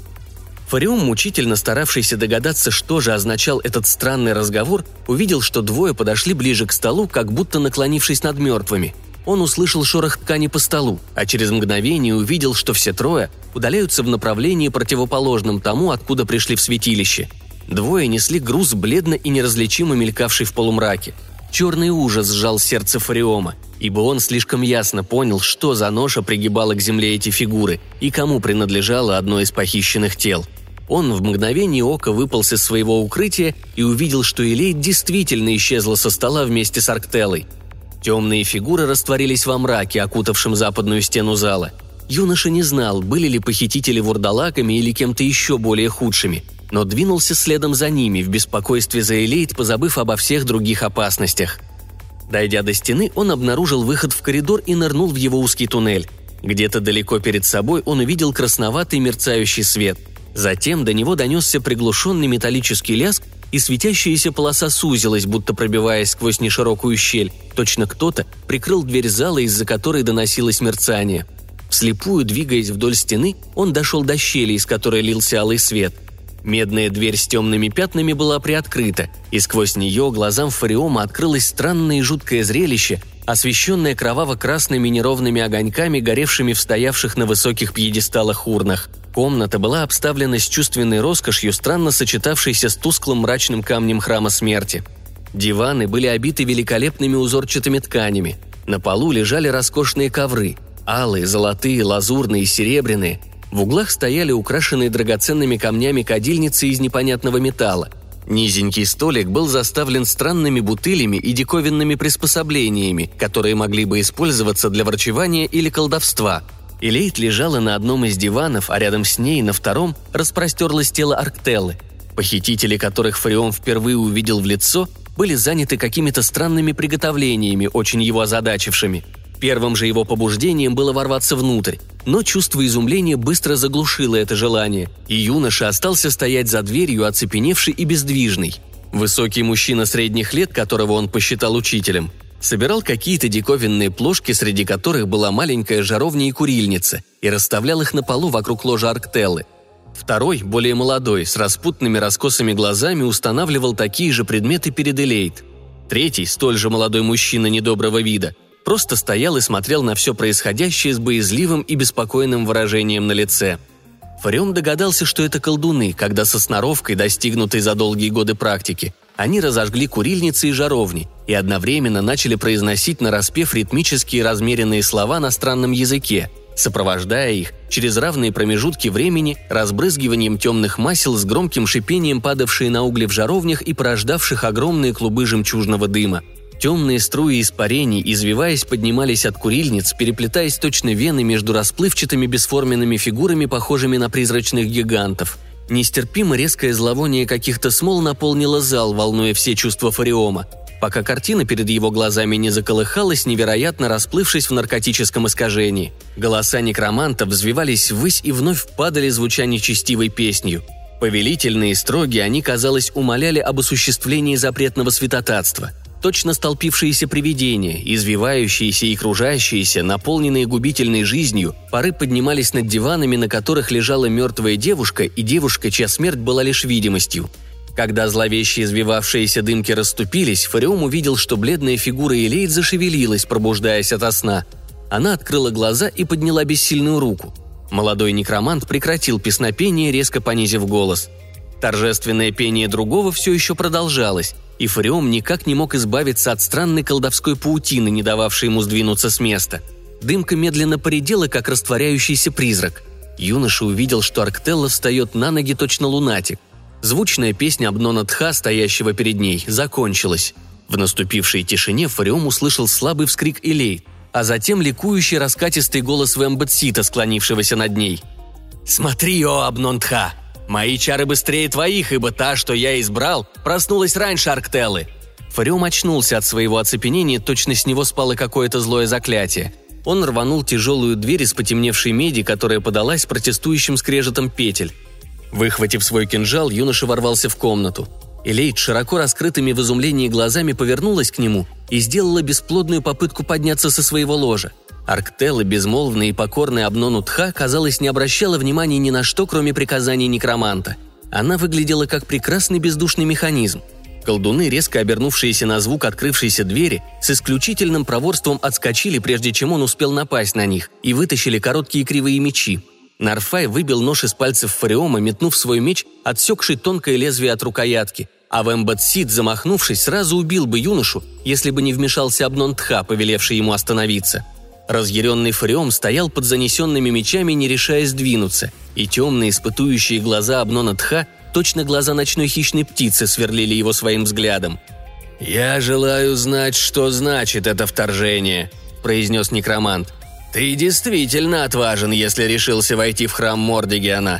Фариум, мучительно старавшийся догадаться, что же означал этот странный разговор, увидел, что двое подошли ближе к столу, как будто наклонившись над мертвыми. Он услышал шорох ткани по столу, а через мгновение увидел, что все трое удаляются в направлении, противоположном тому, откуда пришли в святилище. Двое несли груз, бледно и неразличимо мелькавший в полумраке. Черный ужас сжал сердце Фариома, ибо он слишком ясно понял, что за ноша пригибала к земле эти фигуры и кому принадлежало одно из похищенных тел. Он в мгновение ока выполз из своего укрытия и увидел, что Элейд действительно исчезла со стола вместе с Арктеллой. Темные фигуры растворились во мраке, окутавшем западную стену зала. Юноша не знал, были ли похитители вурдалаками или кем-то еще более худшими, но двинулся следом за ними, в беспокойстве за Элейд, позабыв обо всех других опасностях. Дойдя до стены, он обнаружил выход в коридор и нырнул в его узкий туннель. Где-то далеко перед собой он увидел красноватый мерцающий свет. Затем до него донесся приглушенный металлический лязг, и светящаяся полоса сузилась, будто пробиваясь сквозь неширокую щель. Точно кто-то прикрыл дверь зала, из-за которой доносилось мерцание. Вслепую, двигаясь вдоль стены, он дошел до щели, из которой лился алый свет. Медная дверь с темными пятнами была приоткрыта, и сквозь нее глазам Фариома открылось странное и жуткое зрелище, освещенное кроваво-красными неровными огоньками, горевшими в стоявших на высоких пьедесталах урнах. Комната была обставлена с чувственной роскошью, странно сочетавшейся с тусклым мрачным камнем храма смерти. Диваны были обиты великолепными узорчатыми тканями. На полу лежали роскошные ковры – алые, золотые, лазурные, серебряные. В углах стояли украшенные драгоценными камнями кадильницы из непонятного металла. Низенький столик был заставлен странными бутылями и диковинными приспособлениями, которые могли бы использоваться для врачевания или колдовства. Элейд лежала на одном из диванов, а рядом с ней, на втором, распростерлось тело Арктеллы. Похитители, которых Фариом впервые увидел в лицо, были заняты какими-то странными приготовлениями, очень его озадачившими. Первым же его побуждением было ворваться внутрь, но чувство изумления быстро заглушило это желание, и юноша остался стоять за дверью, оцепеневший и бездвижный. Высокий мужчина средних лет, которого он посчитал учителем, собирал какие-то диковинные плошки, среди которых была маленькая жаровня и курильница, и расставлял их на полу вокруг ложа Арктеллы. Второй, более молодой, с распутными раскосыми глазами, устанавливал такие же предметы перед Элейд. Третий, столь же молодой мужчина недоброго вида, просто стоял и смотрел на все происходящее с боязливым и беспокойным выражением на лице. Фариом догадался, что это колдуны, когда со сноровкой, достигнутой за долгие годы практики, они разожгли курильницы и жаровни и одновременно начали произносить нараспев ритмические размеренные слова на странном языке, сопровождая их через равные промежутки времени разбрызгиванием темных масел с громким шипением, падавшие на угли в жаровнях и порождавших огромные клубы жемчужного дыма. Темные струи испарений, извиваясь, поднимались от курильниц, переплетаясь точно вены между расплывчатыми бесформенными фигурами, похожими на призрачных гигантов. Нестерпимо резкое зловоние каких-то смол наполнило зал, волнуя все чувства Фариома, пока картина перед его глазами не заколыхалась, невероятно расплывшись в наркотическом искажении. Голоса некромантов взвивались ввысь и вновь падали, звуча нечестивой песнью. Повелительные и строгие, они, казалось, умоляли об осуществлении запретного святотатства. Точно столпившиеся привидения, извивающиеся и кружащиеся, наполненные губительной жизнью, поры поднимались над диванами, на которых лежала мертвая девушка и девушка, чья смерть была лишь видимостью. Когда зловещие извивавшиеся дымки расступились, Фариом увидел, что бледная фигура Элейд зашевелилась, пробуждаясь ото сна. Она открыла глаза и подняла бессильную руку. Молодой некромант прекратил песнопение, резко понизив голос. Торжественное пение другого все еще продолжалось, и Фариом никак не мог избавиться от странной колдовской паутины, не дававшей ему сдвинуться с места. Дымка медленно поредела, как растворяющийся призрак. Юноша увидел, что Арктелла встает на ноги точно лунатик. Звучная песня Абнона Тха, стоящего перед ней, закончилась. В наступившей тишине Фариом услышал слабый вскрик Элейд, а затем ликующий раскатистый голос Вэмбетсита, склонившегося над ней. «Смотри, о Абнон Тха! Мои чары быстрее твоих, ибо та, что я избрал, проснулась раньше Арктеллы!» Фариом очнулся от своего оцепенения, точно с него спало какое-то злое заклятие. Он рванул тяжелую дверь из потемневшей меди, которая подалась протестующим скрежетом петель. Выхватив свой кинжал, юноша ворвался в комнату. Элейд широко раскрытыми в изумлении глазами повернулась к нему и сделала бесплодную попытку подняться со своего ложа. Арктелла, безмолвная и покорная Абнону Тха, казалось, не обращала внимания ни на что, кроме приказаний некроманта. Она выглядела как прекрасный бездушный механизм. Колдуны, резко обернувшиеся на звук открывшейся двери, с исключительным проворством отскочили, прежде чем он успел напасть на них, и вытащили короткие кривые мечи. Нарфай выбил нож из пальцев Фариома, метнув свой меч, отсекший тонкое лезвие от рукоятки, а Вэмбетсит, замахнувшись, сразу убил бы юношу, если бы не вмешался Абнон Тха, повелевший ему остановиться. Разъяренный Фариом стоял под занесенными мечами, не решаясь двинуться, и темные испытующие глаза Абнона Тха, точно глаза ночной хищной птицы, сверлили его своим взглядом. «Я желаю знать, что значит это вторжение», – произнес некромант. «Ты действительно отважен, если решился войти в храм Мордигиана».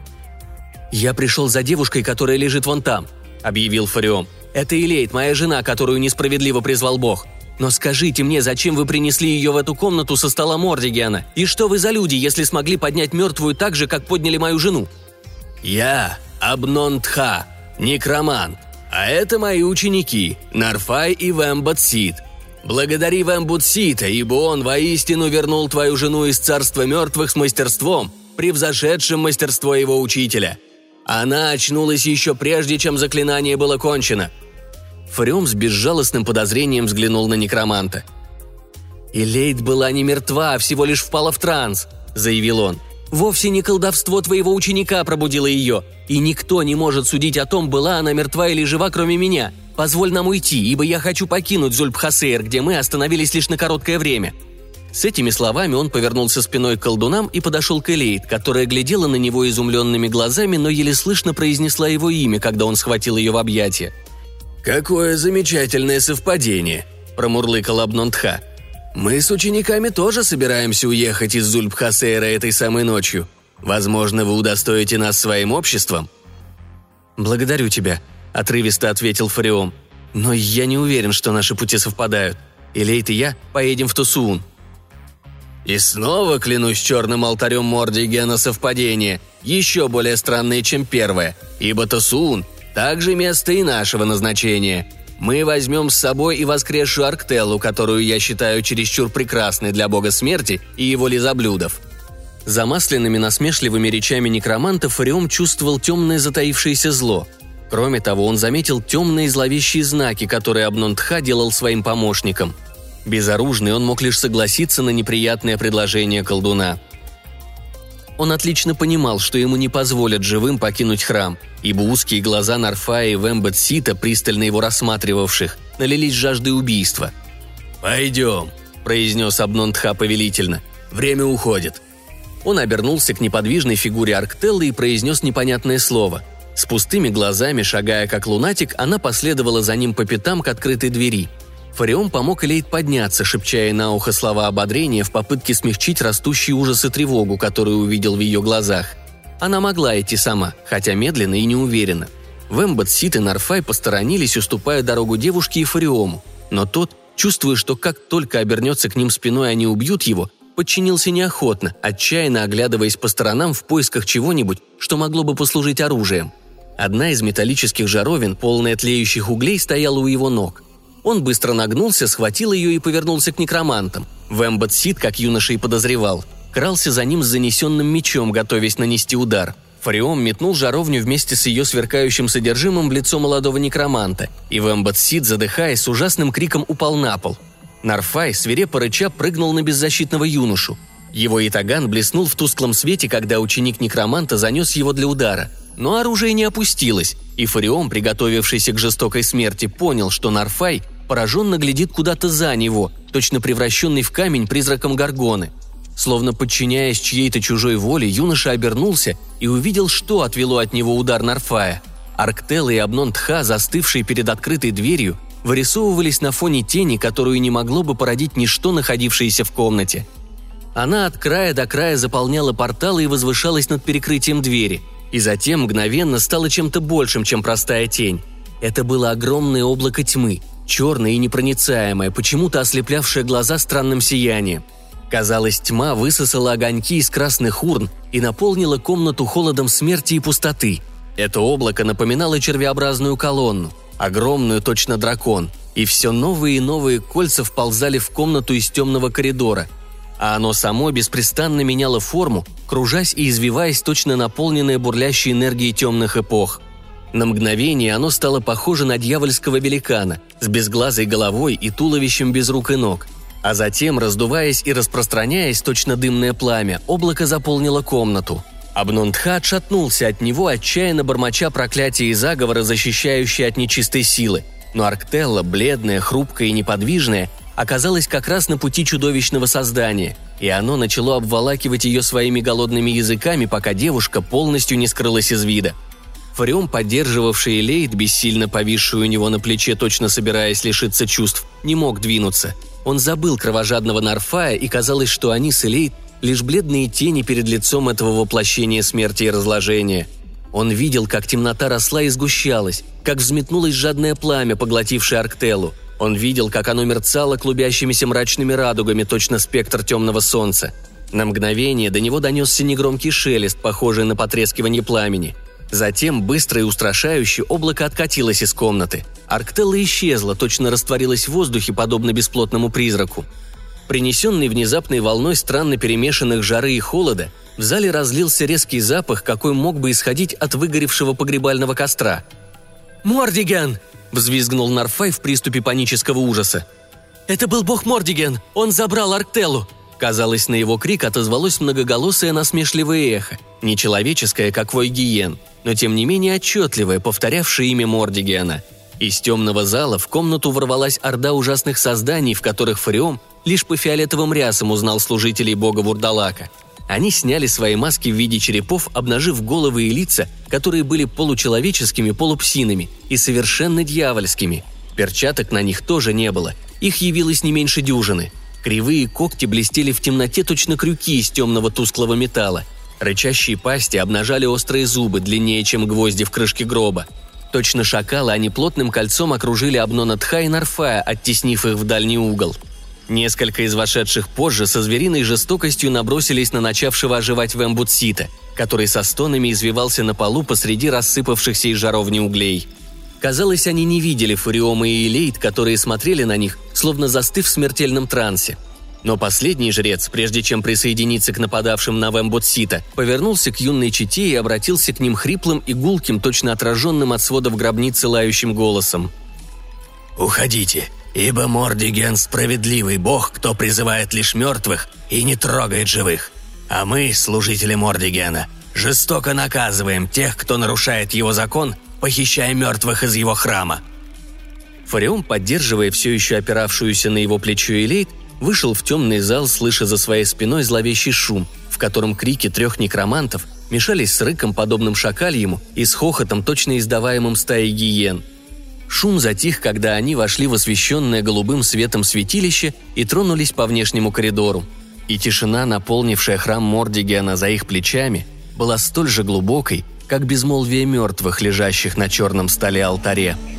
«Я пришел за девушкой, которая лежит вон там», – объявил Фариом. «Это Элейд, моя жена, которую несправедливо призвал Бог. Но скажите мне, зачем вы принесли ее в эту комнату со стола Мордигиана? И что вы за люди, если смогли поднять мертвую так же, как подняли мою жену?» «Я Абнон Тха, некромант, а это мои ученики, Нарфай и Вэмбетсит. Благодари Вэмбетсита, ибо он воистину вернул твою жену из царства мертвых с мастерством, превзошедшим мастерство его учителя. Она очнулась еще прежде, чем заклинание было кончено». Фариом с безжалостным подозрением взглянул на некроманта. «Элейд была не мертва, а всего лишь впала в транс», – заявил он. «Вовсе не колдовство твоего ученика пробудило ее, и никто не может судить о том, была она мертва или жива, кроме меня. Позволь нам уйти, ибо я хочу покинуть Зульбхасейр, где мы остановились лишь на короткое время». С этими словами он повернулся спиной к колдунам и подошел к Элейд, которая глядела на него изумленными глазами, но еле слышно произнесла его имя, когда он схватил ее в объятия. «Какое замечательное совпадение», – промурлыкал Абнон Тха. «Мы с учениками тоже собираемся уехать из Зульбхасейра этой самой ночью. Возможно, вы удостоите нас своим обществом?» «Благодарю тебя», – отрывисто ответил Фариом. «Но я не уверен, что наши пути совпадают. Элейд и я поедем в Тусуун». «И снова клянусь черным алтарем Мордигиана совпадение, еще более странное, чем первое, ибо Тусуун – также место и нашего назначения. Мы возьмем с собой и воскресшую Арктеллу, которую я считаю чересчур прекрасной для бога смерти и его лизоблюдов». Замасленными насмешливыми речами некроманта Фариом чувствовал темное затаившееся зло. Кроме того, он заметил темные зловещие знаки, которые Абнон Тха делал своим помощникам. Безоружный он мог лишь согласиться на неприятное предложение колдуна. Он отлично понимал, что ему не позволят живым покинуть храм, ибо узкие глаза Нарфая и Вэмбетсита, пристально его рассматривавших, налились жаждой убийства. «Пойдем», – произнес Абнон Тха повелительно. «Время уходит». Он обернулся к неподвижной фигуре Арктеллы и произнес непонятное слово. С пустыми глазами, шагая как лунатик, она последовала за ним по пятам к открытой двери. Фариом помог Элейд подняться, шепча ей на ухо слова ободрения в попытке смягчить растущий ужас и тревогу, которую увидел в ее глазах. Она могла идти сама, хотя медленно и неуверенно. Вэмбетсит и Нарфай посторонились, уступая дорогу девушке и Фариому. Но тот, чувствуя, что как только обернется к ним спиной, они убьют его, подчинился неохотно, отчаянно оглядываясь по сторонам в поисках чего-нибудь, что могло бы послужить оружием. Одна из металлических жаровин, полная тлеющих углей, стояла у его ног. Он быстро нагнулся, схватил ее и повернулся к некромантам. Вэмбетсит, как юноша и подозревал, крался за ним с занесенным мечом, готовясь нанести удар. Фариом метнул жаровню вместе с ее сверкающим содержимым в лицо молодого некроманта, и Вэмбетсит, задыхаясь, с ужасным криком упал на пол. Нарфай, свирепо рыча, прыгнул на беззащитного юношу. Его ятаган блеснул в тусклом свете, когда ученик некроманта занес его для удара. Но оружие не опустилось, и Фарион, приготовившийся к жестокой смерти, понял, что Нарфай пораженно глядит куда-то за него, точно превращенный в камень призраком Горгоны. Словно подчиняясь чьей-то чужой воле, юноша обернулся и увидел, что отвело от него удар Нарфая. Арктелла и Абнон-Тха, застывшие перед открытой дверью, вырисовывались на фоне тени, которую не могло бы породить ничто, находившееся в комнате. Она от края до края заполняла порталы и возвышалась над перекрытием двери, и затем мгновенно стала чем-то большим, чем простая тень. Это было огромное облако тьмы, черное и непроницаемое, почему-то ослеплявшее глаза странным сиянием. Казалось, тьма высосала огоньки из красных урн и наполнила комнату холодом смерти и пустоты. Это облако напоминало червеобразную колонну, огромную, точно дракон, и все новые и новые кольца вползали в комнату из темного коридора, а оно само беспрестанно меняло форму, кружась и извиваясь, точно наполненное бурлящей энергией темных эпох. На мгновение оно стало похоже на дьявольского великана с безглазой головой и туловищем без рук и ног. А затем, раздуваясь и распространяясь, точно дымное пламя, облако заполнило комнату. Абнон-Тха отшатнулся от него, отчаянно бормоча проклятия и заговоры, защищающие от нечистой силы. Но Арктелла, бледная, хрупкая и неподвижная, оказалась как раз на пути чудовищного создания, и оно начало обволакивать ее своими голодными языками, пока девушка полностью не скрылась из вида. Фарион, поддерживавший Элейд, бессильно повисшую у него на плече, точно собираясь лишиться чувств, не мог двинуться. Он забыл кровожадного Нарфая, и казалось, что они с Элейд лишь бледные тени перед лицом этого воплощения смерти и разложения. Он видел, как темнота росла и сгущалась, как взметнулось жадное пламя, поглотившее Арктеллу. Он видел, как оно мерцало клубящимися мрачными радугами, точно спектр темного солнца. На мгновение до него донесся негромкий шелест, похожий на потрескивание пламени. Затем, быстро и устрашающе, облако откатилось из комнаты. Арктелла исчезла, точно растворилась в воздухе, подобно бесплотному призраку. Принесенный внезапной волной странно перемешанных жары и холода, в зале разлился резкий запах, какой мог бы исходить от выгоревшего погребального костра. «Мордиген!» – взвизгнул Нарфай в приступе панического ужаса. «Это был бог Мордиген! Он забрал Арктеллу!» Казалось, на его крик отозвалось многоголосое насмешливое эхо, нечеловеческое, как вой гиен, но тем не менее отчетливое, повторявшее имя Мордигена. Из темного зала в комнату ворвалась орда ужасных созданий, в которых Фарион лишь по фиолетовым рясам узнал служителей бога Вурдалака. Они сняли свои маски в виде черепов, обнажив головы и лица, которые были получеловеческими, полупсиными и совершенно дьявольскими. Перчаток на них тоже не было, их явилось не меньше дюжины. Кривые когти блестели в темноте, точно крюки из темного тусклого металла. Рычащие пасти обнажали острые зубы, длиннее, чем гвозди в крышке гроба. Точно шакалы они плотным кольцом окружили Абнона-Тха и Нарфая, оттеснив их в дальний угол. Несколько из вошедших позже со звериной жестокостью набросились на начавшего оживать Вэмбут-Сита, который со стонами извивался на полу посреди рассыпавшихся из жаровни углей. Казалось, они не видели Фариома и Элейд, которые смотрели на них, словно застыв в смертельном трансе. Но последний жрец, прежде чем присоединиться к нападавшим на Вэмбут-Сита, повернулся к юной чете и обратился к ним хриплым и гулким, точно отраженным от сводов гробницы лающим голосом. «Уходите, ибо Мордиген – справедливый бог, кто призывает лишь мертвых и не трогает живых. А мы, служители Мордигена, жестоко наказываем тех, кто нарушает его закон, похищая мертвых из его храма». Фарион, поддерживая все еще опиравшуюся на его плечо Элейд, вышел в темный зал, слыша за своей спиной зловещий шум, в котором крики 3 некромантов мешались с рыком, подобным шакальему, и с хохотом, точно издаваемым стаей гиен. Шум затих, когда они вошли в освещенное голубым светом святилище и тронулись по внешнему коридору. И тишина, наполнившая храм Мордигена за их плечами, была столь же глубокой, как безмолвие мертвых, лежащих на черном столе алтаре.